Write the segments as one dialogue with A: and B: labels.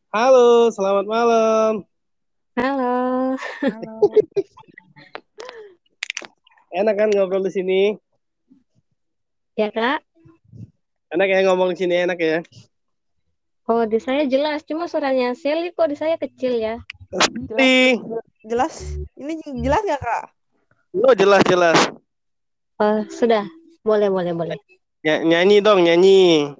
A: Halo, selamat malam.
B: Halo,
C: Halo.
A: Enak kan ngobrol di sini?
B: ya Kak.
A: Enak ya ngomong di sini, enak ya.
B: Oh, di saya jelas, cuma suaranya Sally kok di saya kecil ya.
C: Jelas,
A: Nih,
C: jelas. Ini jelas nggak, Kak?
A: oh jelas jelas.
B: Oh, sudah, boleh, boleh, boleh.
A: Nyanyi dong, nyanyi.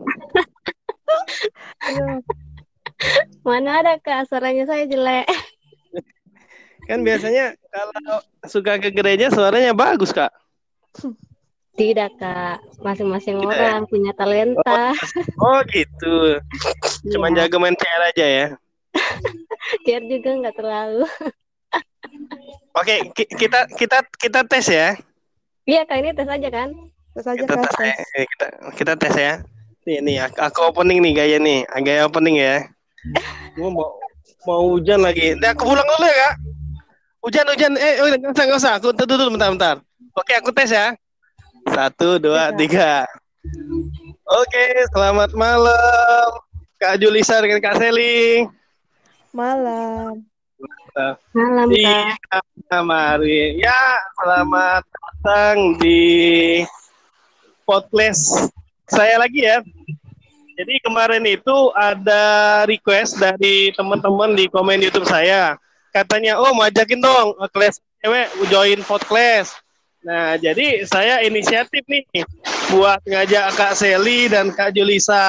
C: Aduh,
B: Mana ada Kak, suaranya saya jelek.
A: Kan biasanya kalau suka ke gereja suaranya bagus, Kak.
B: Tidak Kak, masing-masing
A: Tidak ya?
B: orang punya
A: Oh,
B: talenta.
A: oh gitu. Cuman
B: Iya,
A: jago main CR aja ya.
B: biar juga nggak terlalu.
A: Oke, kita kita kita tes ya.
B: Iya Kak, ini tes aja kan?
C: tes aja,
A: Kita
C: Kak,
A: tes ya.
C: tes.
A: Kita tes ya. Nih, aku opening nih gaya nih. Gaya opening ya. Gua mau hujan lagi. Nah, aku pulang dulu ya, Kak. Hujan. Nggak usah. Aku tutup dulu bentar. Oke, aku tes ya. Satu,
C: Oke,
A: dua,
C: Kak.
A: tiga. Oke, selamat malam. Kak Julisa dengan Kak Seli.
C: Malam.
B: Malam Kak.
A: Iya, mari. Ya, selamat datang di podcast saya lagi ya. Jadi kemarin itu ada request dari teman-teman di komen YouTube saya. Katanya, oh mau ajakin dong kelas cewek join podcast. Nah, jadi saya inisiatif nih buat ngajak Kak Seli dan Kak Julisa.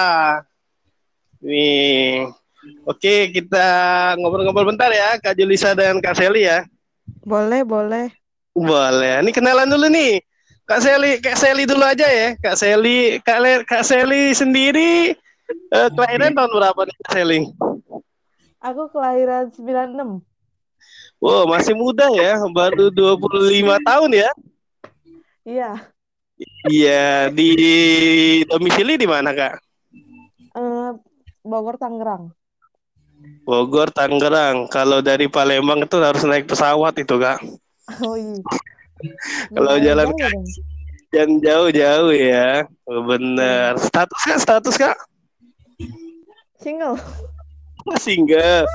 A: Nih, oke kita ngobrol-ngobrol bentar ya, Kak Julisa dan Kak Seli ya.
C: Boleh, boleh.
A: Boleh. Ini kenalan dulu nih. Kak Seli dulu aja ya. Kak Seli sendiri kelahiran tahun berapa nih Kak Seli?
C: Aku kelahiran 96.
A: Wow, masih muda ya, baru 25 tahun ya.
C: Iya.
A: Iya, di domisili di mana, Kak?
C: Eh, Bogor, Tangerang.
A: Bogor, Tangerang. Kalau dari Palembang itu harus naik pesawat itu, Kak.
C: Oh iya.
A: Kalau
C: Lumayan
A: jalan
C: jauh dong.
A: kaki dan jauh-jauh ya. Oh,
C: Iya.
A: bener. Status Kak?
C: Single.
A: Single.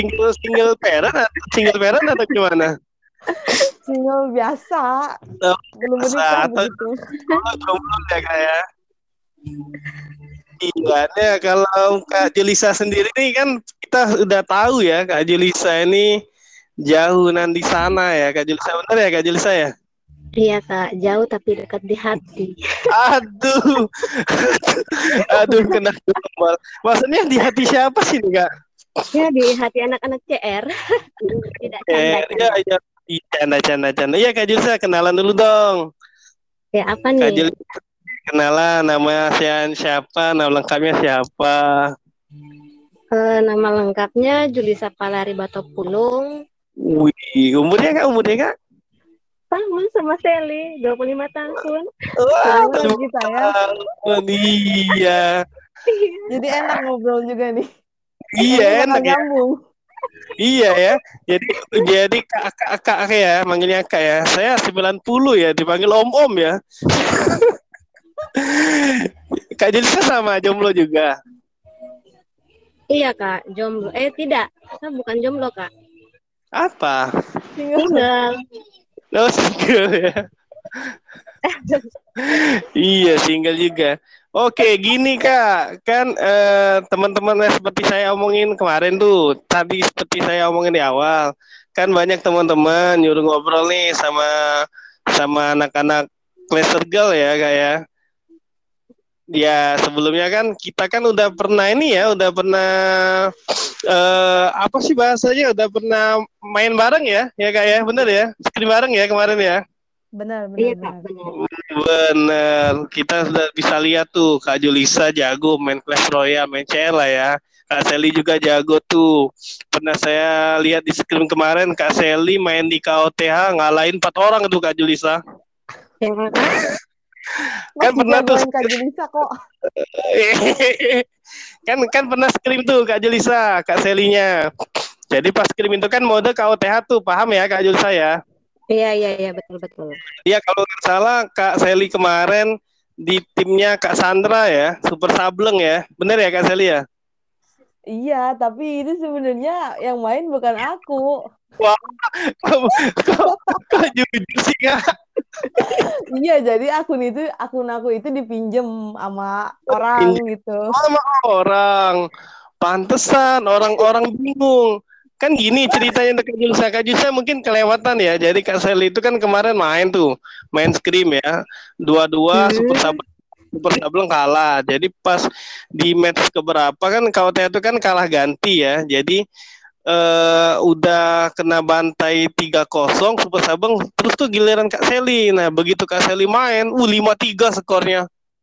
A: Single parent atau gimana?
C: Single biasa.
A: Oh,
C: Belum
A: biasa
C: menikah
A: atau
C: begitu.
A: jomblo ya, Kak ya? Iya, nah, kalau Kak Julisa sendiri nih kan kita udah tahu ya Kak Julisa ini jauh nanti sana ya Kak Julisa, benar ya Kak Julisa ya?
B: Iya Kak, jauh tapi dekat di hati.
A: Aduh, aduh kena gombal. Maksudnya di hati siapa sih nih Kak?
B: Ya di hati anak-anak CR. Tidak
A: Ya,
B: canda-canda.
A: ya, iya, canda. Iya Kak Julisa kenalan dulu dong.
B: Ya apa
A: Kak
B: nih?
A: Julisa kenalan nama siapa, nama lengkapnya siapa?
B: Nama lengkapnya Julisa Palari Batopulung.
A: Wih, umurnya Kak?
B: Sama sama Sally, 25 tahun.
A: Wah,
C: Seumuran
A: tepuk
C: kita ya.
A: tangan. Iya.
C: Jadi enak ngobrol juga nih.
A: Iya
C: Kayaknya bakal
A: enak ya.
C: nyambung.
A: Iya ya. Jadi jadi kakak ya, manggilnya kak ya. Saya 90 ya, dipanggil om ya. Kak Jelisa sama jomblo juga.
B: Iya Kak, jomblo. Tidak, saya bukan jomblo Kak.
A: Apa?
C: Single.
B: Single.
A: Oh, single ya. Iya, single juga. Oke, gini Kak, kan teman-teman seperti saya omongin kemarin tuh, tadi seperti saya omongin di awal, kan banyak teman-teman nyuruh ngobrol nih sama sama anak-anak Cluster Girl ya Kak ya. Ya sebelumnya kan kita kan udah pernah ini ya, udah pernah apa sih bahasanya, udah pernah main bareng ya Kak ya, bener ya, screen bareng ya kemarin ya.
C: Benar,
B: Iya
C: benar,
B: Kak,
C: benar.
B: benar.
A: Bener, kita sudah bisa lihat tuh Kak Julisa jago main Clash Royale, main CL lah ya. Kak Seli juga jago tuh. Pernah saya lihat di screen kemarin Kak Seli main di KOTH ngalahin 4 orang tuh Kak Julisa.
B: Ya Kak?
A: Kan
C: Masih
A: pernah tuh
C: jagoan Kak Julisa kok.
A: kan pernah screen tuh Kak Julisa, Kak Selinya. Jadi pas screen itu kan mode KOTH tuh, paham ya Kak Julisa ya?
B: Iya, betul betul.
A: Iya kalau nggak salah Kak Seli kemarin di timnya Kak Sandra ya, Super Sableng ya. Bener ya Kak Seli ya?
C: Iya, tapi itu sebenarnya yang main bukan aku.
A: Wah, kok, kok, kok jujur sih Kak?
C: Iya, jadi akun aku itu dipinjem sama orang
A: Pinjam
C: gitu.
A: sama orang. Pantesan orang-orang bingung. Kan gini ceritanya Kak Julsa. Kak Julsa mungkin kelewatan ya. Jadi Kak Sally itu kan kemarin main tuh. Main Scream ya. Dua-dua
B: Hmm.
A: Super Sableng kalah. Jadi pas di match keberapa kan KOTA itu kan kalah ganti ya. Jadi udah kena bantai 3-0 Super Sableng. Terus tuh giliran Kak Sally. Nah begitu Kak Sally main. 5-3 skornya.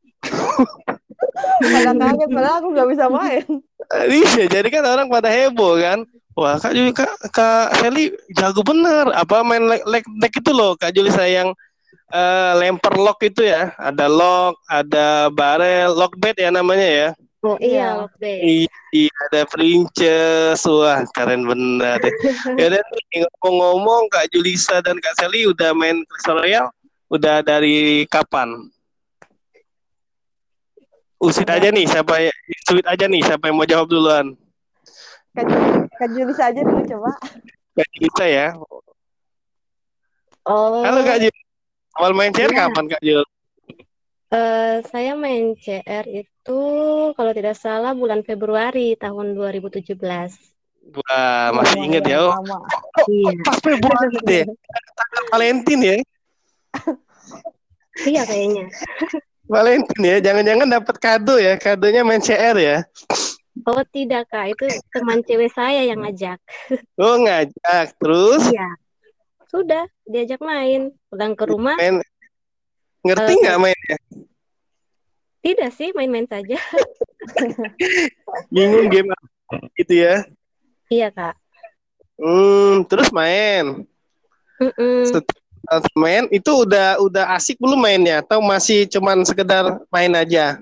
C: Pada kaget, padahal aku nggak bisa main.
A: Iya, jadi kan orang pada heboh kan. Wah, Kak Juli, Kak Sally jago bener. Apa main leg itu loh, Kak Juli sayang lempar lock itu ya. Ada lock, ada barel, lock bet ya namanya ya.
B: Oh iya,
C: Iya.
B: Lockbait.
A: Iya, ada princess. Wah, keren bener deh. Ya udah nih, ngomong-ngomong Kak Julisa dan Kak Sally udah main Clash Royale udah dari kapan? Usit
C: Udah,
A: aja nih, sweet aja nih, siapa yang mau jawab duluan?
C: Kak Julis aja dulu coba.
A: Kak Julisa ya. Halo Kak
B: Oh
A: Jul. Awal main CR
B: iya,
A: kapan Kak Jul?
B: saya main CR itu kalau tidak salah bulan Februari tahun 2017.
A: Wah,
C: Oh,
A: masih inget ya.
C: lumayan
A: Oh,
C: lama.
A: kok
B: Iya,
A: pas Februari deh. Tanggal Valentine ya.
B: iya kayaknya.
A: Valentine ya. Jangan-jangan dapat kado ya. Kadonya main CR ya.
B: Oh tidak Kak, itu teman cewek saya yang ngajak.
A: Oh, ngajak. Terus
B: Iya, sudah diajak main. Pulang ke rumah,
A: main ngerti nggak
B: saya
A: mainnya?
B: tidak sih main-main saja.
A: Bingung game apa gitu ya.
B: Iya Kak.
A: Terus main.
B: Mm-mm.
A: Setelah main itu udah asik belum mainnya atau masih cuman sekedar main aja?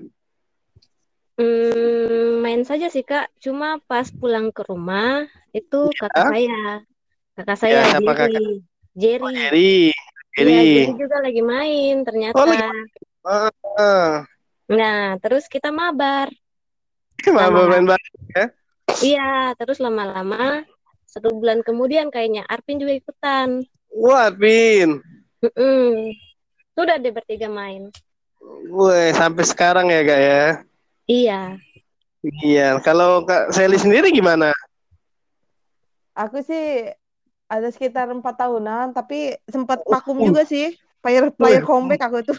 B: Main saja sih Kak. Cuma pas pulang ke rumah itu
A: Hah?
B: kakak
A: Ya,
B: saya
A: siapa
B: Jerry,
A: kakak?
B: Jerry.
A: Oh, Jerry.
B: Iya, Jerry
A: Jerry.
B: juga lagi main
A: Oh,
B: ternyata.
A: lagi ah,
B: Nah, terus kita mabar
A: main
B: lama-lama.
A: bareng ya.
B: Iya, terus lama-lama 1 bulan kemudian kayaknya Arvin juga ikutan.
A: Wah, Pin.
B: Mm-mm. Sudah deh bertiga main.
A: Woi, sampai sekarang ya, Kak ya.
B: Iya.
A: Iya, kalau Kak Sally sendiri gimana?
C: Aku sih ada sekitar 4 tahunan, tapi sempat vakum juga sih. Player
A: Wih,
C: player comeback aku itu.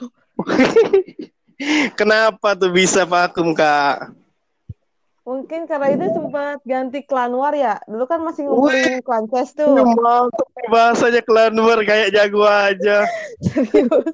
A: kenapa tuh bisa vakum, Kak?
C: Mungkin karena itu sempat ganti klan war ya. Dulu kan masih
A: Wih,
C: ngumpulin klan chest tuh.
A: mantap nih bahasanya keluar kayak jago aja.
C: Serius.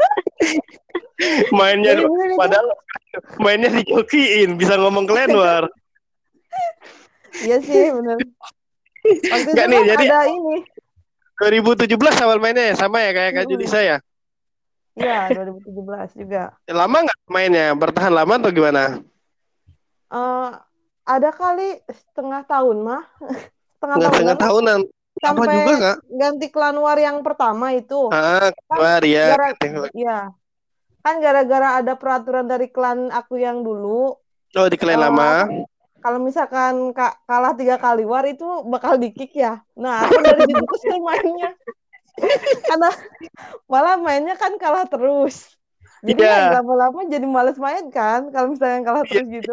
A: Mainnya
C: Jadi bener itu.
A: padahal mainnya dijokiin, bisa ngomong keluar.
C: Iya sih, bener. Waktu itu
A: Enggak nih,
C: kan
A: jadi
C: ada ini.
A: 2017 awal mainnya ya sama ya kayak Kak Judi
C: Mm-mm.
A: saya.
C: Iya, 2017 juga.
A: Lama nggak mainnya? Bertahan lama atau gimana?
C: Eh ada kali setengah tahun mah. Setengah
A: Nggak
C: tahun
A: setengah
C: karena
A: tahunan. Lama
C: sampai
A: juga, Kak.
C: ganti klan war yang pertama itu. Kan
A: Keluar ya.
C: gara ya, kan gara-gara ada peraturan dari klan aku yang dulu,
A: Oh, di klien
C: apa,
A: lama.
C: kalau misalkan kalah 3 kali war itu bakal di kick ya. Nah, aku dari situ kesel mainnya. Karena malah mainnya kan kalah terus. Jadi ya
A: Iya,
C: lama-lama jadi males main kan kalau misalnya kalah
A: iya.
C: terus gitu.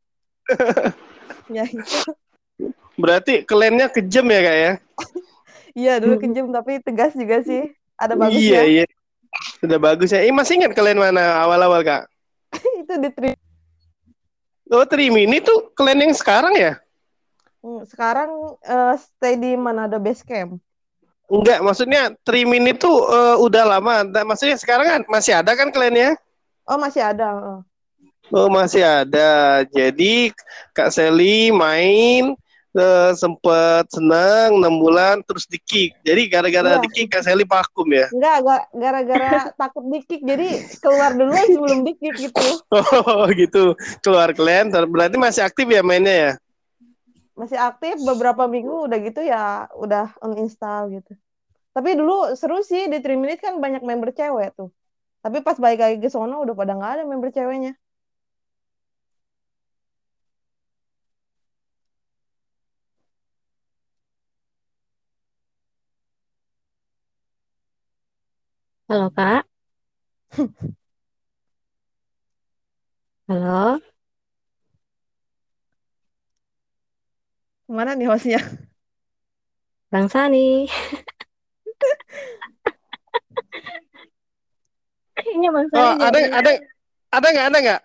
C: Ya itu.
A: Berarti kliennya kejam ya, Kak ya?
C: Iya, dulu kejam tapi tegas juga sih. Ada
A: Iya,
C: bagusnya.
A: iya. Sudah bagus ya. Masih ingat kalian mana awal-awal, Kak?
C: Itu di tri-
A: Oh, Trimini tuh klien yang sekarang ya?
C: Sekarang stay di Manado Base Camp.
A: Enggak, maksudnya Trimini tuh udah lama. Maksudnya sekarang kan masih ada kan kliennya?
C: Oh, masih ada.
A: Oh, masih ada. Jadi Kak Sally main sempet senang 6 bulan terus di kick. Jadi gara-gara
C: Iya,
A: di kick Kak Sally vakum ya.
C: enggak gara-gara takut di-kick jadi keluar duluan sebelum di-kick gitu.
A: Oh, gitu. Keluar klien berarti masih aktif ya mainnya ya.
C: Masih aktif beberapa minggu udah gitu ya udah uninstall gitu. Tapi dulu seru sih di 3 Minute kan banyak member cewek tuh. Tapi pas balik lagi ke sono udah pada nggak ada member ceweknya.
B: Halo, Kak. Halo,
C: Kemana nih hostnya?
B: Bang Sani. Kayaknya Bang
A: Oh,
B: Sani jadi...
A: ada nggak?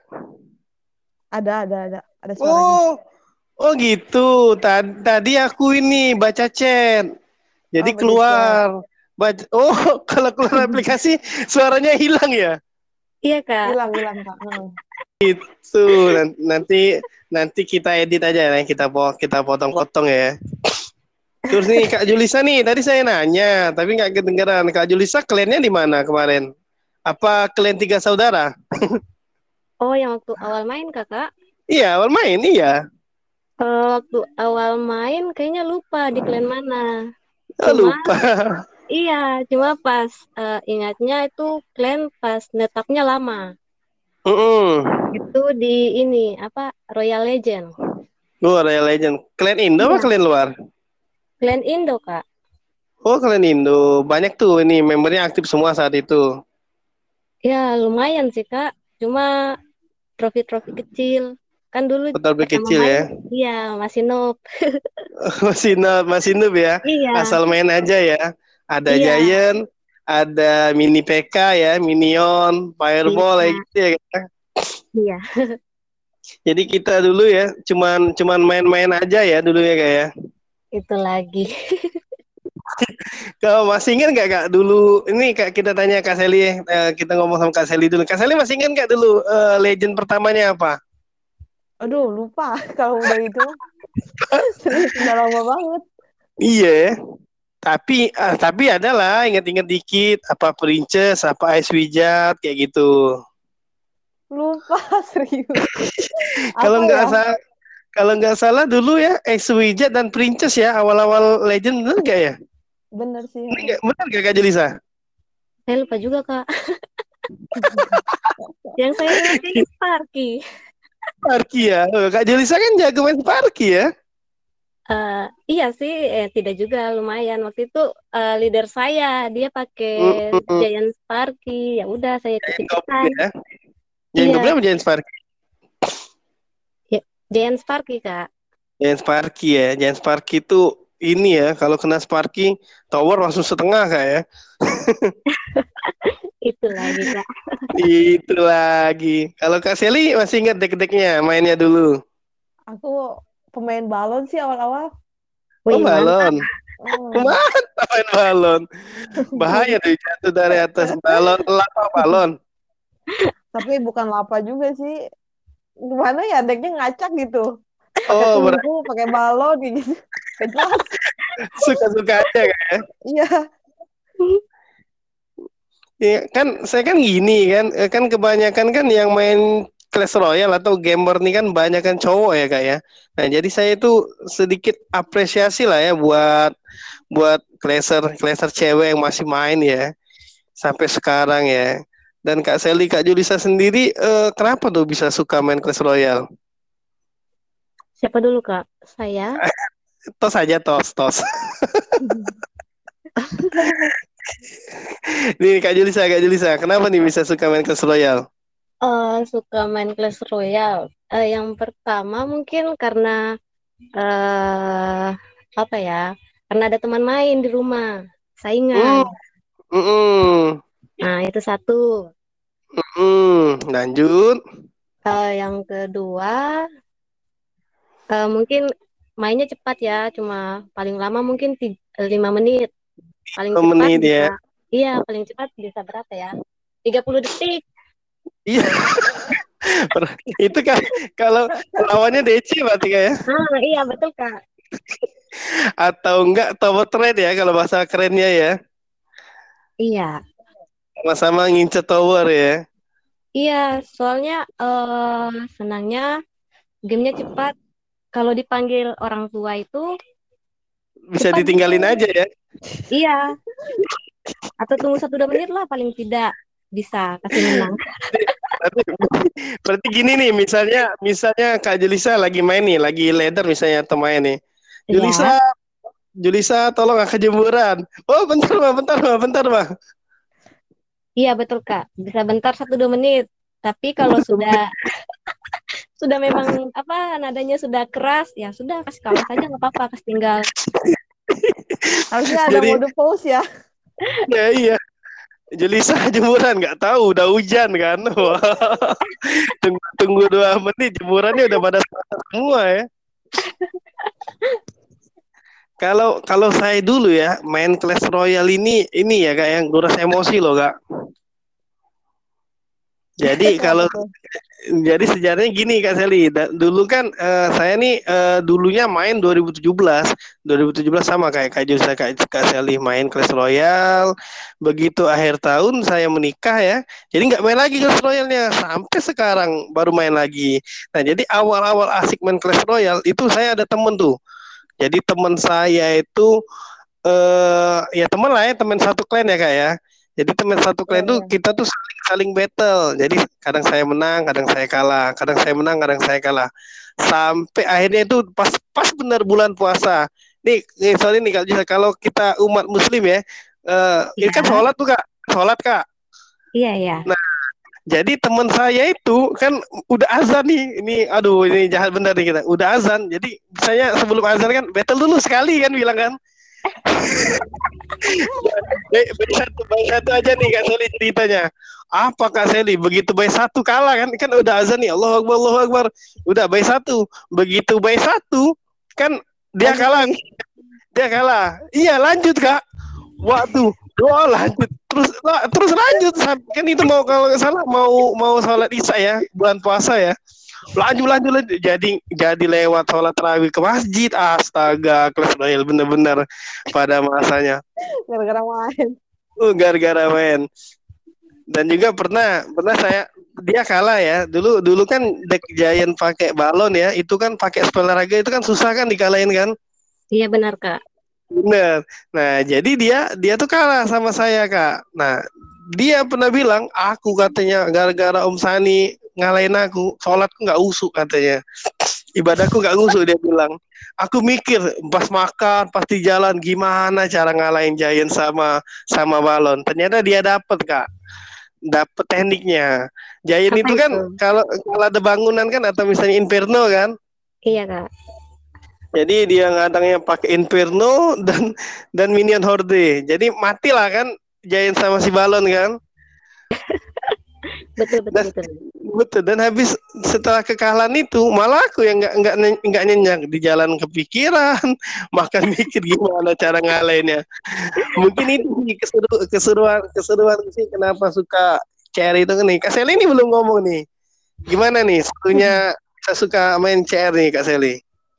C: Ada suaranya.
A: Oh, oh gitu. Tadi aku ini baca chat, jadi
C: Oh, baca chat.
A: keluar. Oh, kalau keluar aplikasi suaranya hilang ya?
B: Iya, Kak.
C: Hilang Kak. Heeh.
A: Tuh, nanti nanti kita edit aja ya, kita potong-potong ya. Terus nih Kak Julisa nih, tadi saya nanya, tapi nggak kedengeran. Kak Julisa kliennya di mana kemarin? Apa klien tiga saudara?
B: Oh, yang waktu awal main, Kakak.
A: Iya, awal main, iya.
B: Waktu awal main kayaknya lupa di klan mana.
A: Oh,
B: Cuma,
A: lupa.
B: iya, cuma pas ingatnya itu klan pas netapnya lama.
A: Mm-mm.
B: Itu di ini, apa, Royal Legend.
A: Luar ya Legend. Klien Indo apa
B: Iya,
A: klien luar?
B: klan Indo, Kak.
A: Oh, klien Indo. Banyak tuh ini membernya aktif semua saat itu.
B: Ya, lumayan sih, Kak. Cuma trofi-trofi kecil. Kan dulu
A: Total
B: pertama
A: kecil
B: main,
A: ya.
B: iya, masih noob.
A: Masih noob ya.
B: Iya,
A: Asal main aja ya. Ada
B: iya,
A: Giant, ada Mini PK ya, Minion,
B: iya,
A: Fireball ya
B: Kak.
A: gitu ya.
B: Iya,
A: Jadi kita dulu ya, cuman cuman main-main aja ya dulu ya kayak.
B: itu lagi.
A: Kalau masih ingat nggak Kak dulu? Ini Kak kita tanya Kak Seli, kita ngomong sama Kak Seli dulu. Kak Seli masih ingat nggak dulu legend pertamanya apa?
C: Aduh, lupa kalau udah itu. Serius, udah lama banget.
A: Iya, ya. Tapi adalah inget-inget dikit apa Princess, apa Ice Wizard kayak gitu.
C: Lupa, serius.
A: Kalau
C: Apa
A: nggak
C: ya?
A: salah, kalau nggak salah dulu ya Ice Wizard dan Princess ya awal-awal Legend bener nggak ya?
C: Bener sih.
A: Ini
C: Heeh.
A: nggak bener nggak Kak Jelisa?
B: Saya lupa juga, Kak. Yang saya ingat kayaknya Sparky.
A: Sparky ya, Kak Jelisa kan jago main Sparky ya.
B: Eh, iya sih, tidak juga lumayan. Waktu itu leader saya dia pakai
A: Mm-mm.
B: Giant Sparky. Ya udah saya
A: Giant Goblin
B: ikut-ikutan.
A: ya. Giant
B: Iya,
A: Goblin apa Giant Sparky?
B: ya, Giant Sparky, Kak.
A: Giant Sparky ya. Giant Sparky itu ini ya, kalau kena Sparky, tower langsung setengah Kak ya.
B: Itu lagi, Kak.
A: Itu lagi. Kalau Kak Seli masih ingat deck-decknya mainnya dulu.
C: Aku pemain balon sih awal-awal.
A: Oh
B: Wih, mantap.
A: balon.
C: Hmm.
A: Mantap main balon. Bahaya tuh jatuh dari atas balon. Lapa balon.
C: Tapi bukan lapa juga sih. Gimana ya, decknya ngacak gitu. Pakai
A: Oh berarti
C: tungku, pakai balon kayak gitu. Gak jelas.
A: suka-suka aja kan.
C: Iya.
A: Ya, kan saya kan gini kan. Kan kebanyakan kan yang main Clash Royale atau gamer nih kan banyak kan cowok ya kak ya. Nah jadi saya itu sedikit apresiasi lah ya buat buat clasher cewek yang masih main ya sampai sekarang ya. Dan Kak Seli, Kak Julisa sendiri kenapa tuh bisa suka main Clash Royale?
B: Siapa dulu, Kak? Saya.
A: Tos aja tos. Nih Kak Julisa, kenapa nih bisa suka main Clash Royale?
B: Suka main Clash Royale. Yang pertama mungkin karena eh apa ya? Karena ada teman main di rumah, saingan.
A: Hmm, mm-mm,
B: Nah, itu satu.
A: lanjut.
B: Yang kedua, mungkin mainnya cepat ya, cuma paling lama mungkin 5 menit. Paling
A: 5
B: cepat
A: menit
B: bisa,
A: ya.
B: iya paling cepat bisa berapa ya? 30 detik.
A: Iya, itu kan kalau lawannya DC berarti kayak ya.
B: Iya betul, Kak.
A: Atau enggak tower trade ya kalau bahasa kerennya ya.
B: Iya,
A: Sama-sama ngincer tower ya.
B: iya. Soalnya senangnya gamenya cepat. Kalau dipanggil orang tua itu
A: Bisa
B: cepat gitu.
A: ditinggalin aja ya.
B: Iya, atau tunggu 1-2 menit lah paling tidak bisa kasih menang.
A: Berarti, berarti gini nih, misalnya Kak Julisa lagi main nih, lagi ladder misalnya atau main nih.
B: Iya,
A: Julisa, Julisa tolong aku jemuran. Oh bentar mah.
B: Iya betul Kak, bisa bentar 1-2 menit. Tapi kalau sudah memang apa nadanya sudah keras, ya sudah kasih kalah saja nggak apa-apa, kasih tinggal.
C: Harusnya ada
A: Jadi
C: mode pause ya.
A: ya iya, Jelisa jemuran nggak tahu udah hujan kan. Wah, tunggu 2 menit jemurannya udah pada semua ya. Kalau kalau saya dulu ya main Clash Royale ini ya kak yang nguras emosi loh kak. Jadi
C: Kenapa
A: kalau
C: tuh?
A: jadi sejarahnya gini Kak Seli. Dulu kan saya nih dulunya main 2017. 2017 sama kayak Kak Jusa Kak Seli main Clash Royale. Begitu akhir tahun saya menikah ya. Jadi nggak main lagi Clash Royale-nya sampai sekarang baru main lagi. Nah, jadi awal-awal asik main Clash Royale itu saya ada temen tuh. Jadi teman saya itu ya teman lah ya, teman satu clan ya kak ya. Jadi teman satu
C: Iya,
A: clan tuh
C: iya.
A: kita tuh saling saling battle. Jadi kadang saya menang, kadang saya kalah, kadang saya menang, kadang saya kalah. Sampai akhirnya itu pas pas benar bulan puasa. Nih sorry nih kalau kita umat Muslim ya, ini kan
B: Iya,
A: sholat tuh kak, sholat kak.
B: iya, iya.
A: Nah, jadi teman saya itu kan udah azan nih. Ini aduh ini jahat benar nih kita. Udah azan. Jadi saya sebelum azan kan battle dulu sekali kan bilang kan. Baik satu aja nih Kak Seli ceritanya. Apa Kak Seli? Begitu baik satu kalah kan udah azan nih. Allahu Akbar, Allahu Akbar. Udah baik satu. Begitu baik satu kan dia
C: Lanjut
A: kalah.
C: lagi.
A: Dia kalah. Iya lanjut Kak. Waduh. Doa lanjut terus lanjut kan itu mau kalau nggak salah mau sholat isya ya bulan puasa ya lanjut jadi lewat sholat tarawih ke masjid astaga kelas Royal bener-bener pada masanya
C: Gara-gara main.
A: gara-gara main dan juga pernah saya dia kalah ya dulu kan deck Giant pakai balon ya itu kan pakai spell raga itu kan susah kan dikalahin kan
B: Iya benar Kak.
A: bener nah jadi dia tuh kalah sama saya kak nah dia pernah bilang aku katanya gara-gara Om Sani ngalahin aku sholatku nggak usuk katanya ibadahku nggak ngusuk dia bilang aku mikir pas makan pasti jalan gimana cara ngalahin Giant sama balon ternyata dia dapet kak dapet tekniknya Giant
B: Apa
A: itu kan
B: itu?
A: kalau ada bangunan kan atau misalnya Inferno kan
B: Iya Kak.
A: jadi dia ngadangnya pakai Inferno dan minion horde jadi matilah kan Giant sama si balon kan
B: Betul betul
A: dan
B: betul.
A: betul dan habis setelah kekalahan itu malah aku yang nggak nyenyak di jalan kepikiran makan mikir gimana cara ngalahinnya mungkin itu sih keseruan sih kenapa suka CR itu nih Kak Seli ini belum ngomong nih gimana nih satunya saya suka main CR nih Kak Seli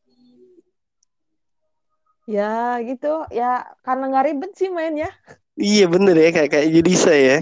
C: Ya gitu. Ya karena nggak ribet sih mainnya.
A: iya bener ya kayak Judisa ya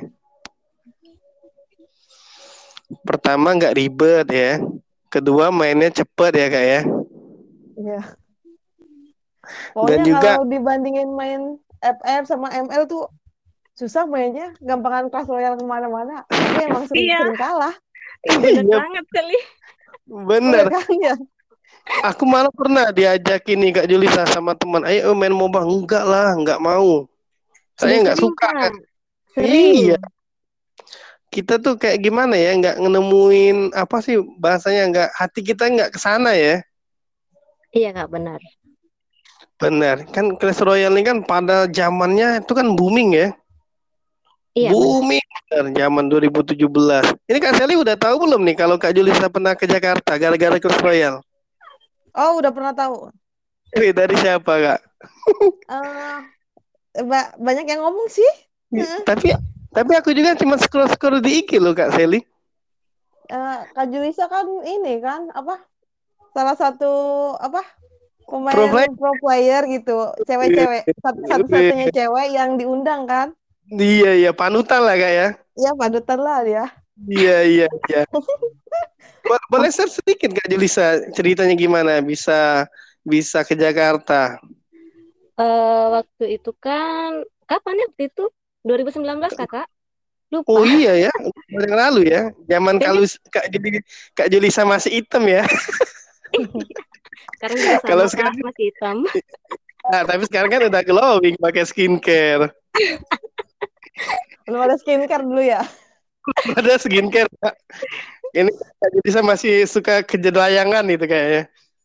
A: pertama nggak ribet ya kedua mainnya cepet ya kak ya
C: Iya.
A: dan
C: Pokoknya
A: juga
C: kalau dibandingin main FF sama ML tuh susah mainnya. Gampangan Clash Royale kemana-mana. Tapi emang
B: Iya,
C: sering kalah.
B: ih benar
A: iya
B: banget kali.
C: Iya
A: bener
C: kan ya?
A: aku malah pernah diajakin nih kak Julisa sama teman ayo main MOBA enggak lah nggak mau saya
B: Udah
A: nggak
B: sering
A: suka
B: Kak.
A: kan
B: Sering.
A: iya kita tuh kayak gimana ya nggak nemuin apa sih bahasanya nggak hati kita nggak kesana ya
B: Iya Kak benar.
A: benar kan Clash Royale ini kan pada zamannya itu kan booming ya
B: Iya benar.
A: booming benar zaman 2017 ini Kak Sally udah tahu belum nih kalau Kak Julisa pernah ke Jakarta gara-gara Clash Royale
C: Oh, udah pernah tahu.
A: dari siapa Kak
C: Eh, banyak yang ngomong sih. Heeh.
A: tapi aku juga cuma scroll di IG loh Kak Sally
C: Kak Julisa kan ini kan apa? Salah satu apa?
A: pro
C: Pemain
A: player
C: pro player gitu. Cewek-cewek. Satu-satunya cewek yang diundang kan?
A: iya iya panutan lah Kak ya
C: Iya, panutan lah dia.
A: iya iya iya boleh share sedikit Kak Julisa ceritanya gimana bisa bisa ke Jakarta
B: Waktu itu kan kapan ya waktu itu? 2019 Kakak? Lupa.
A: oh iya ya yang lalu ya zaman
B: Kayaknya
A: kalau Kak Julisa masih hitam ya
B: sekarang juga
A: kalau
B: sama Kak,
A: sekarang
B: masih hitam.
A: tapi sekarang kan udah glowing pakai skincare
C: Belum ada skincare dulu ya.
A: Ada skincare, Kak. Ini jadi saya masih suka kejendayangan itu kayaknya.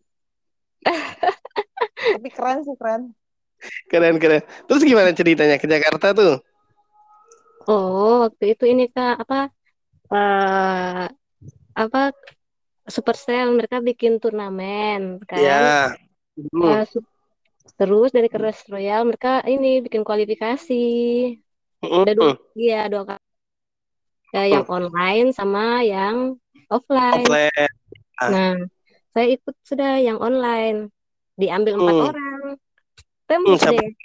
C: Tapi keren sih, keren.
A: Keren keren. Terus gimana ceritanya ke Jakarta tuh?
B: Oh, waktu itu ini Kak, eh apa Supercell mereka bikin turnamen kan.
A: Ya.
B: Eh,
A: Hmm.
B: su- Terus dari Clash Royale mereka ini bikin kualifikasi. Ada dua,
A: Hmm.
B: iya dua kali. Yang
A: Hmm.
B: online sama yang offline.
A: Offline. Ah.
B: Nah, saya ikut sudah yang online. Diambil empat
A: Hmm.
B: orang. Tembus
A: Siapa?
B: deh.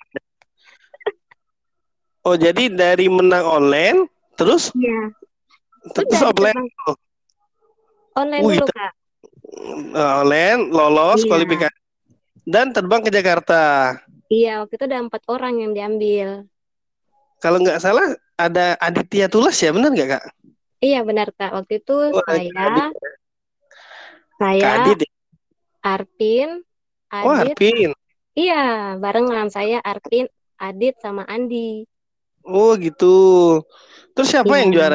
A: Oh, jadi dari menang online terus
B: Iya,
A: terus
B: sudah
A: offline.
B: ditebang online
A: Wih,
B: dulu, Kak.
A: online lolos
B: Iya,
A: kualifikasi dan terbang ke Jakarta.
B: iya waktu itu ada 4 orang yang diambil.
A: Kalau nggak salah ada Aditya Tulas ya, benar nggak Kak?
B: Iya benar, Kak. Waktu itu
A: Oh,
B: saya,
A: Adit, Kak
B: saya,
A: Adit ya?
B: Arpin,
A: Oh,
B: Adit.
A: Arvin.
B: Iya, barengan saya, Arpin, Adit sama Andi.
A: Oh, gitu. Terus siapa
B: Iya.
A: yang juara?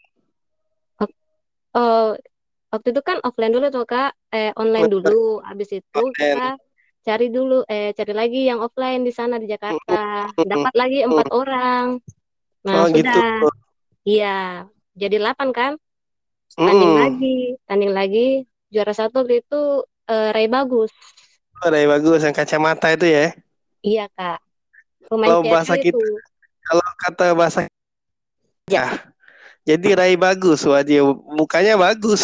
B: Oh, waktu itu kan offline dulu tuh Kak, online dulu. Habis itu kita
A: Online.
B: cari lagi yang offline di sana di Jakarta.
A: Mm,
B: Dapat lagi
A: mm.
B: 4 orang. Nah
A: Oh,
B: sudah,
A: gitu.
B: iya, jadi 8 kan. Tanding
A: Mm.
B: lagi, tanding lagi. Juara satu waktu itu Ray Bagus.
A: Oh, dari bagus yang kacamata itu ya.
B: Iya Kak, pemain
A: Kalau
B: CSK
A: bahasa
B: itu.
A: kita, kalau kata bahasa ya, jadi Rai bagus, wah dia mukanya bagus.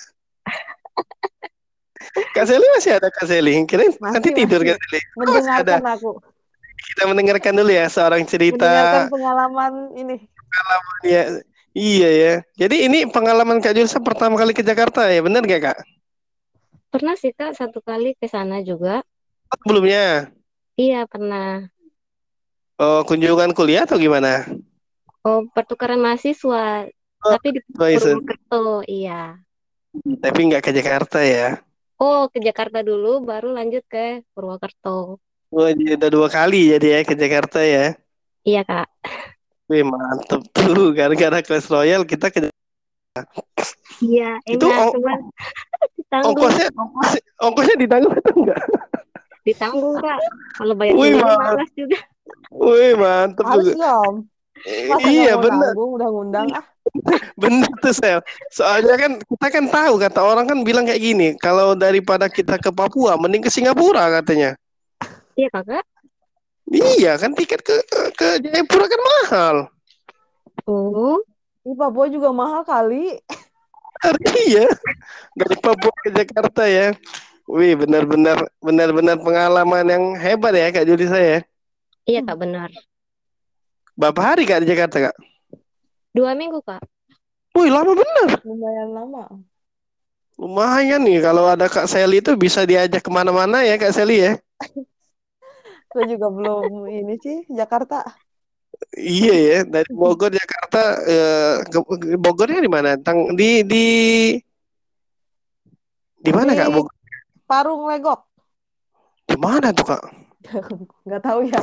A: Kak Seli masih ada Kak Seli. Kira nanti
C: Masih,
A: tidur
C: masih.
A: Kak Seli. Oh, masih ada.
C: Mendengarkan aku.
A: Kita mendengarkan dulu ya seorang cerita.
C: Mendengarkan pengalaman ini.
A: Ya, iya ya. Jadi ini pengalaman Kak Julsa pertama kali ke Jakarta ya, benar gak Kak?
B: Pernah sih Kak 1 kali ke sana juga.
A: Oh, sebelumnya,
B: Iya pernah.
A: oh, kunjungan kuliah atau gimana?
B: Oh, pertukaran mahasiswa,
A: Oh,
B: tapi di
A: Waisun.
B: Purwokerto, iya.
A: Tapi nggak ke Jakarta ya.
B: Oh, ke Jakarta dulu, baru lanjut ke Purwokerto.
A: Wah, jadi udah 2 kali jadi ya ke Jakarta ya.
B: Iya, Kak.
A: Wih, mantep tuh. Gara-gara Clash Royale kita ke
B: Iya,
A: itu
B: enak, cuman ditanggung.
A: ongkosnya ditanggung atau enggak?
B: Ditanggung, Kak. Kalau bayar
A: Wih,
B: sendiri malas juga.
A: mantep
C: Harus
A: tuh.
C: dong. Masa nggak
A: Iya
C: mau
A: benar,
C: nanggung, udah ngundang ah.
A: benar tuh Sel. Soalnya kan kita kan tahu kata orang kan bilang kayak gini, kalau daripada kita ke Papua, mending ke Singapura katanya.
B: Iya, Kakak.
A: Iya kan tiket ke Jayapura kan mahal.
B: Oh,
C: Di Papua juga mahal kali.
A: Iya, dari Papua ke Jakarta ya. Wih, benar-benar pengalaman yang hebat ya Kak Juli saya.
B: iya, Kak, benar.
A: Berapa hari Kak di Jakarta Kak?
B: 2 minggu, Kak.
A: Wih, lama bener.
C: Lumayan lama.
A: Lumayan nih kalau ada Kak Seli itu bisa diajak kemana-mana ya Kak Seli ya.
C: Gue juga belum ini sih, Jakarta.
A: Iya ya, dari Bogor Jakarta Bogornya di mana? Di mana Kak
C: Di
A: Bogor?
C: Parung Legok.
A: Di mana tuh Kak?
C: Nggak tahu ya.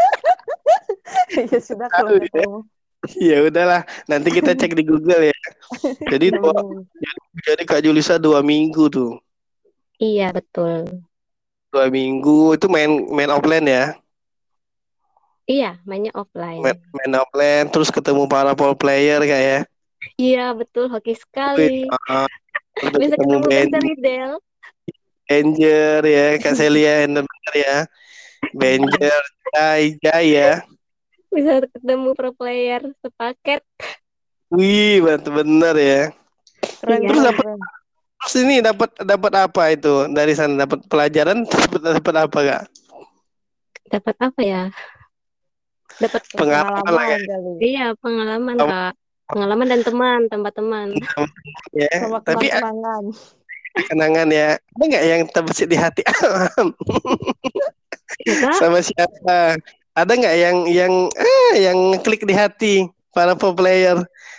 C: Ya sudah kalau
A: Tahu
C: nggak
A: ya.
C: tahu.
A: Ya udahlah, nanti kita cek di Google ya. Jadi jadi Kak Julisa 2 minggu tuh.
B: Iya, betul.
A: 2 minggu itu main main offline ya.
B: Iya, mainnya offline.
A: Main offline terus ketemu para pro player kayak ya.
B: Iya, betul. Hoki sekali.
A: Wih, terus
B: Bisa
A: ketemu
B: ketemu Benzer Riddle.
A: Benjer ya, Kak Celia bener ya. Benjer, Jai, Jai ya.
B: Bisa ketemu pro player sepaket.
A: Wih, bener ya.
C: Keren,
B: Iya,
A: Terus
C: keren,
A: dapat
C: keren.
A: terus ini dapat apa itu dari sana? Dapat pelajaran, dapat apa Kak?
B: dapat apa ya? Dapat
A: Pengalaman lah
C: Pengalaman
A: kayak
C: kali.
B: iya pengalaman Kak. Pengalaman dan teman, tambah teman.
A: ya.
C: Sama
A: Tapi
C: kenang-kenangan.
A: ada kenangan ya. Ada nggak yang terbesit di hati?
B: Ya Kak?
A: Sama siapa? Ada nggak yang klik di hati para pro player?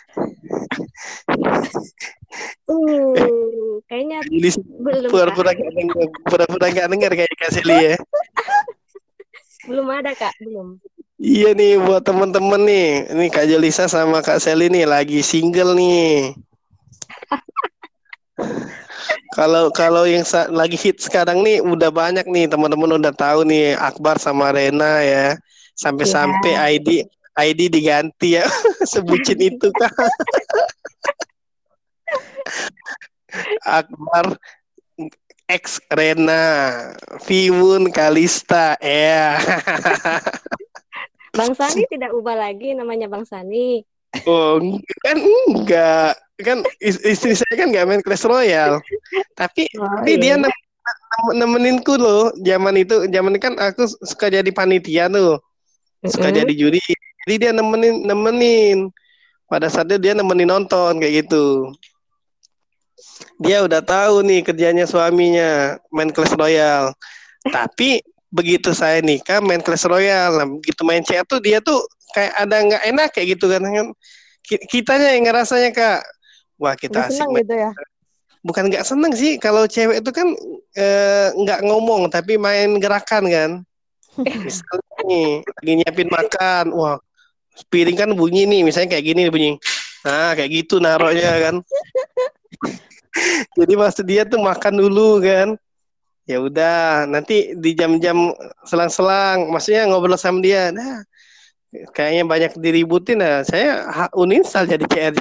B: Kayaknya
A: Jadi
B: belum Kak.
A: pura-pura nggak dengar kayak Kak Seli ya.
B: Belum ada Kak, belum.
A: Iya nih buat temen-temen nih. Ini Kak Jolisa sama Kak Sally nih lagi single nih. Kalau kalau yang lagi hit sekarang nih udah banyak nih teman-teman udah tahu nih Akbar sama Rena ya. Sampai-sampai
B: Ya,
A: ID diganti ya. Sebucin itu Kak. Akbar X Rena, Viwun Kalista ya.
B: Bang Sani tidak ubah lagi namanya Bang Sani.
A: Oh, kan enggak. Kan istri saya kan nggak main Clash Royale. Tapi
B: Oh
A: tapi
B: iya,
A: dia
B: iya.
A: nemeninku loh. Zaman itu kan aku suka jadi panitia tuh. Suka
B: Mm-mm.
A: jadi juri. Jadi dia nemenin nemenin. Pada saatnya dia nemenin nonton kayak gitu. Dia udah tahu nih kerjanya suaminya main Clash Royale. Tapi begitu saya nikah main Clash Royale, nah, begitu main CS tuh dia tuh kayak ada nggak enak kayak gitu kan. Kitanya yang ngerasanya Kak, wah
C: Nggak
A: kita asik
C: senang
A: main.
C: gitu ya.
A: Bukan nggak seneng sih kalau cewek itu kan nggak ngomong tapi main gerakan kan. Misalnya nih lagi nyiapin makan, wah piring kan bunyi nih, misalnya kayak gini bunyi. Nah kayak gitu naroknya kan. Jadi maksud dia tuh makan dulu kan. Ya udah, nanti di jam-jam selang-selang, maksudnya ngobrol sama dia. Nah, kayaknya banyak diributin. Nah, saya uninstall jadi CR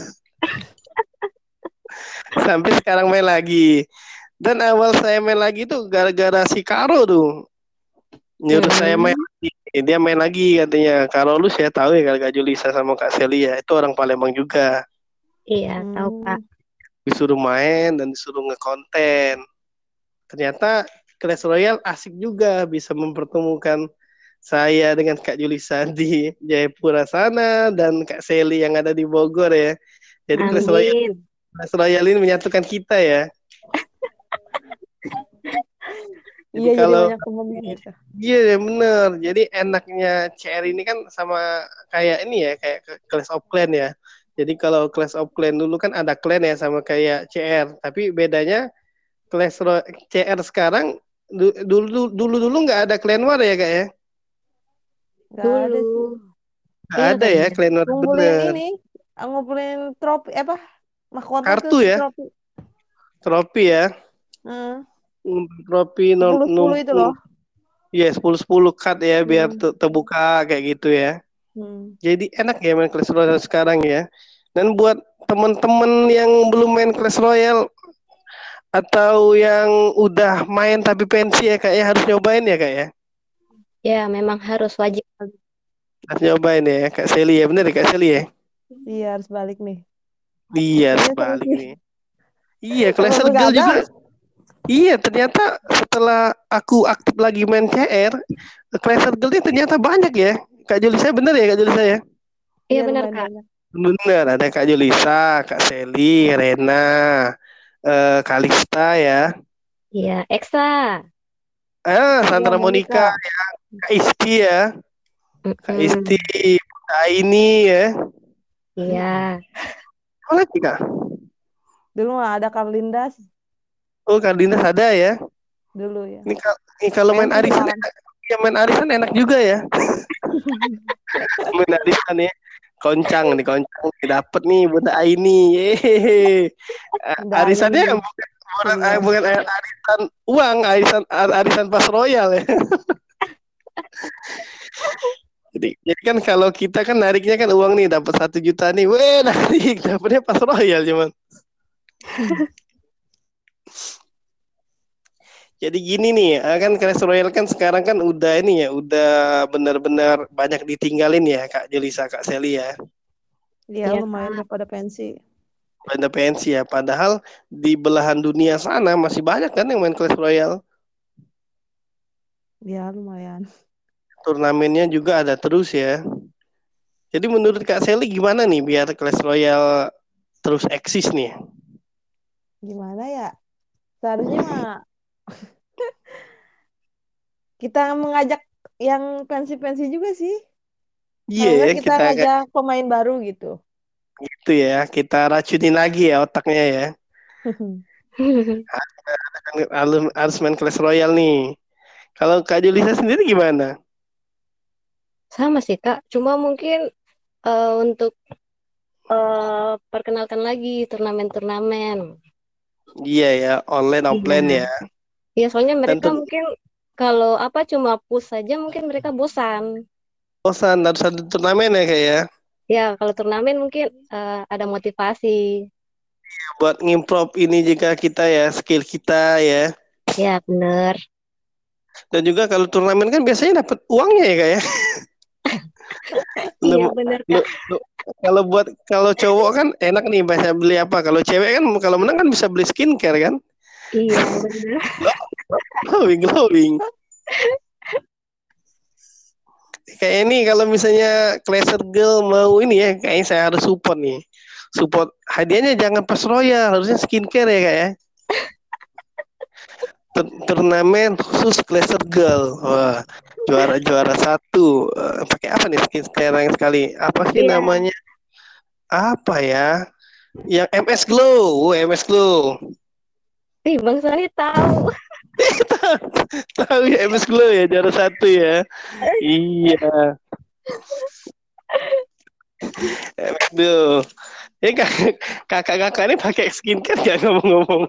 A: sampai sekarang main lagi. Dan awal saya main lagi tuh gara-gara si Karo tuh nyuruh saya main
B: Hmm.
A: lagi. Dia main lagi katanya. Karo lu saya tahu ya Kak Julisa sama Kak Celia itu orang Palembang juga.
B: Iya, tahu Kak.
C: Hmm.
A: Disuruh main dan disuruh ngekonten. Ternyata Clash Royale asik juga bisa mempertemukan saya dengan Kak Julisa di Jayapura sana dan Kak Seli yang ada di Bogor ya. Jadi
B: Amin.
A: Clash Royale ini menyatukan kita ya. Jadi
C: Iya, jadi
A: kalau
C: banyak temen gitu.
A: iya ya bener. Jadi enaknya CR ini kan sama kayak ini ya, kayak Clash of Clan ya. Jadi kalau Clash of Clan dulu kan ada clan ya sama kayak CR, tapi bedanya CR sekarang dulu nggak ada clan war ya kak ya?
C: Nggak ada sih.
B: Dulu.
A: Nggak
B: Iya
A: ada ya
B: kayaknya.
A: clan war
C: Ngumpulin
A: bener.
C: ini, ngumpulin trofi apa? Mahkota tuh
A: Kartu
C: si
A: ya,
C: trofi.
A: trofi ya.
C: Hmm.
A: Trofi
C: Sepuluh itu
A: numpuk.
C: loh.
A: Ya 10-10 cut ya biar
C: Hmm.
A: terbuka kayak gitu ya.
C: Hmm.
A: Jadi enak ya main Clash Royale sekarang ya. Dan buat temen-temen yang belum main Clash Royale atau yang udah main tapi pensi ya kayaknya harus nyobain ya kak ya.
B: Ya, memang harus wajib.
A: Harus nyobain ya Kak Seli ya bener ya Kak Seli ya.
C: Iya, harus balik nih.
A: Iya harus
C: Kayaknya seru
A: balik
C: sih.
A: nih. Iya Clash
C: Walaupun nggak
A: Girl
C: ada.
A: juga. Iya ternyata setelah aku aktif lagi main CR, Clash Girl ini ternyata banyak ya. Kak Juli saya bener ya Kak Juli saya.
B: Iya
C: Iya,
B: benar
C: lumayan
B: Kak.
C: banyak.
A: Bener ada Kak Julisa, Kak Seli, Rena, Kalista ya.
B: Iya, Eksa.
C: Iya,
A: Sandra
C: Monica.
A: Monica, Kak Isti ya. Kak Isti,
B: Mm-mm.
A: Kak ini ya.
B: Iya.
A: Apa lagi Kak?
C: Dulu mah ada Karlindas.
A: Oh Kak Dinas ada ya.
C: Dulu ya.
A: Ini kalau main
C: Pensi
A: arisan
C: sekarang.
A: enak, ya main arisan enak juga ya. Main arisan ya. Koncang nih dapet nih buat ini. Yeay.
C: Udah ayam
A: Arisannya
C: di senior.
A: bukan arisan uang, arisan pas royal ya. Jadi kan kalau kita kan nariknya kan uang nih dapat 1 juta nih, weh narik dapatnya pas royal cuman. Jadi gini nih, kan Clash Royale kan sekarang kan udah ini ya, udah benar-benar banyak ditinggalin ya Kak Jelisa, Kak Seli ya.
C: Iya,
B: Iya
C: lumayan
B: Kak.
C: udah pada pensi.
A: Pada pensi ya, padahal di belahan dunia sana masih banyak kan yang main Clash Royale.
C: Iya, lumayan.
A: Turnamennya juga ada terus ya. Jadi menurut Kak Seli gimana nih biar Clash Royale terus eksis nih?
C: Gimana ya? Seharusnya mah kita mengajak yang pensi-pensi juga sih.
A: Iya
C: Kalau
A: ya
C: enggak kita
A: kita kayak
C: ngajak pemain baru gitu.
A: gitu ya, kita racunin lagi ya otaknya ya. Kan harus main Clash Royale nih. Kalau Kak Julisa sendiri gimana?
B: Sama sih Kak, cuma mungkin untuk perkenalkan lagi turnamen-turnamen.
A: Iya ya, online
B: Iya.
A: offline ya.
B: Iya, soalnya
A: Dan
B: mereka mungkin kalau apa cuma push saja mungkin mereka bosan.
A: bosan harus ada turnamen ya kayak ya.
B: Ya, kalau turnamen mungkin ada motivasi.
A: Buat ngimprove ini juga kita ya, skill kita ya.
B: Ya, bener.
A: Dan juga kalau turnamen kan biasanya dapat uangnya ya kayak.
B: Iya,
A: Lu,
B: bener
A: lu,
B: Kak.
A: lu- kalau cowok kan enak nih bisa beli apa. Kalau cewek kan kalau menang kan bisa beli skincare kan.
B: Iya, bener.
A: Glowing, glowing. Kayak ini kalau misalnya Clash Girl mau ini ya, kayaknya saya harus support nih. Support hadiahnya jangan pas royal, harusnya skincare ya kayak. Turnamen khusus Clash Girl. Wah, juara-juara satu. Pakai apa nih skincare yang sekali? Apa sih
B: Iya.
A: namanya? Apa ya? Yang MS Glow, MS Glow.
B: Ih, Bang Sony tahu.
A: Tahu ya MS Glow ya juara satu ya. Iya, MS Glow. Ini kakak-kakak ini pakai skincare ya ngomong-ngomong.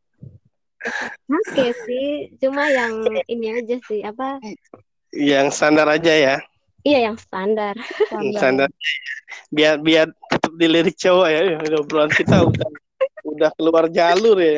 B: Oke sih, cuma yang ini aja sih, apa?
A: Yang standar aja ya.
B: Iya, yang standar.
C: Standar.
A: Standar biar biar tetap dilirik cowok ya. Obrolan kita udah keluar jalur ya.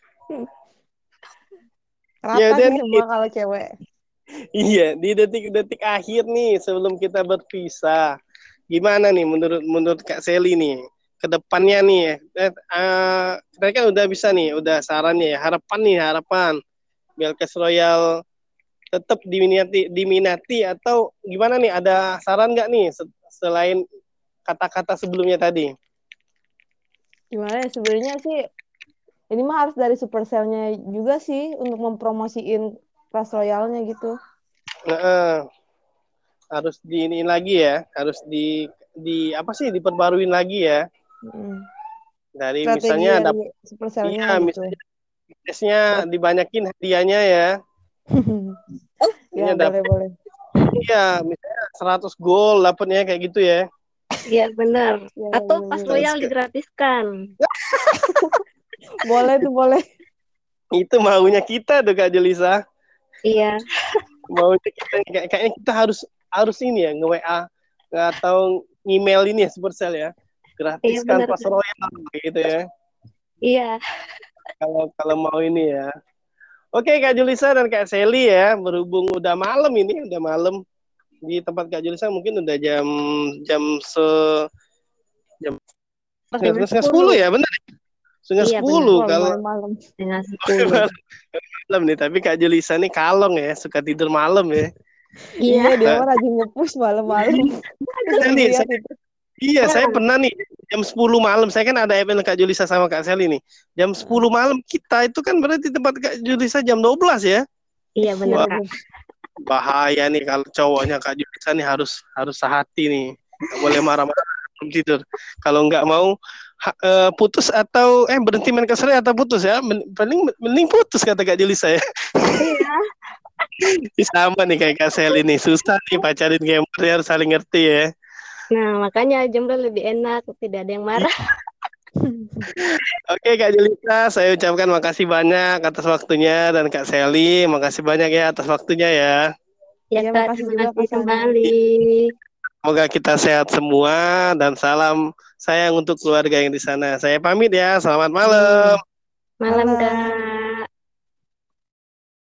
A: Ya
C: Rata
A: udah
C: sih
A: nih.
C: semua kalau cewek.
A: Iya, di detik-detik akhir nih sebelum kita berpisah. Gimana nih menurut menurut Kak Seli nih? Kedepannya nih, kita kan udah bisa nih, udah sarannya ya, harapan nih, harapan biar Clash Royale tetap diminati atau gimana nih? Ada saran nggak nih selain kata-kata sebelumnya tadi?
C: Gimana ya sebenarnya sih ini mah harus dari Supercell-nya juga sih untuk mempromosiin Clash Royale-nya gitu.
A: Nah, harus diiniin lagi ya, harus di apa sih diperbaruin lagi ya.
C: Mm.
A: Dari
C: Strategi
A: misalnya ada
C: dari Supercell-nya
A: iya,
C: gitu.
A: misalnya tesnya
C: Buat
A: dibanyakin hadiahnya ya.
C: ya
A: Misalnya
C: boleh
A: dapat
C: boleh.
A: iya, misalnya 100 gol dapatnya kayak gitu ya.
B: Iya, bener.
C: Ya, ya,
B: Atau
C: bener,
B: pas
C: bener.
B: royal digratiskan.
C: Boleh tuh boleh.
A: Itu maunya kita tuh Kak Jelisa.
B: Iya,
A: Maunya kita kayaknya kita harus harus ini ya nge-WA atau email ini ya Supercell ya.
B: iya
A: Gratiskan
B: bener
A: pas
B: Kak.
A: royal gitu ya.
B: Iya,
A: Kalau kalau mau ini ya. Oke Kak Julisa dan Kak Seli ya, berhubung udah malam ini, udah malam di tempat Kak Julisa mungkin udah jam jam se jam
B: setengah
A: setengah 10
B: sepuluh.
A: ya, benar? Setengah
B: Iya benar,
A: 10
C: Wah,
A: kalau
C: malam-malam.
B: setengah 10.
A: malam nih, tapi Kak Julisa nih kalong ya, suka tidur malam ya.
C: Iya,
B: Iya.
C: dia mah rajin nge-push malam-malam. Aku
A: Nah,
C: sering
A: nih,
C: lihat itu.
A: iya, saya
B: Nah,
A: pernah nih jam 10 malam. Saya kan ada event Kak Julisa sama Kak Seli nih. Jam 10 malam kita itu kan berarti tempat Kak Julisa jam 12 ya.
B: iya benar
C: Iya,
A: Wah,
B: Kak.
C: bener.
A: bahaya nih kalau cowoknya Kak Julisa nih harus harus sehati nih. Nggak boleh marah-marah sebelum tidur. Kalau nggak mau putus atau berhenti main kesel atau putus ya. Mending putus kata Kak Julisa ya.
B: Iya.
A: Ini sama nih kayak Kak Seli nih. Susah nih pacarin gamer ya, harus saling ngerti ya.
B: Nah, makanya jomblo lebih enak, tidak ada yang marah.
A: Oke Kak Jelita, saya ucapkan makasih banyak atas waktunya dan Kak Seli, makasih banyak ya atas waktunya ya.
B: Ya
C: Iya,
B: Kak,
C: makasih
B: terima
C: juga
B: kasih
C: Kak Sani.
B: kembali.
A: Semoga kita sehat semua dan salam sayang untuk keluarga yang di sana. Saya pamit ya, selamat malam.
C: Hmm.
B: Malam
C: Malam.
B: Kak.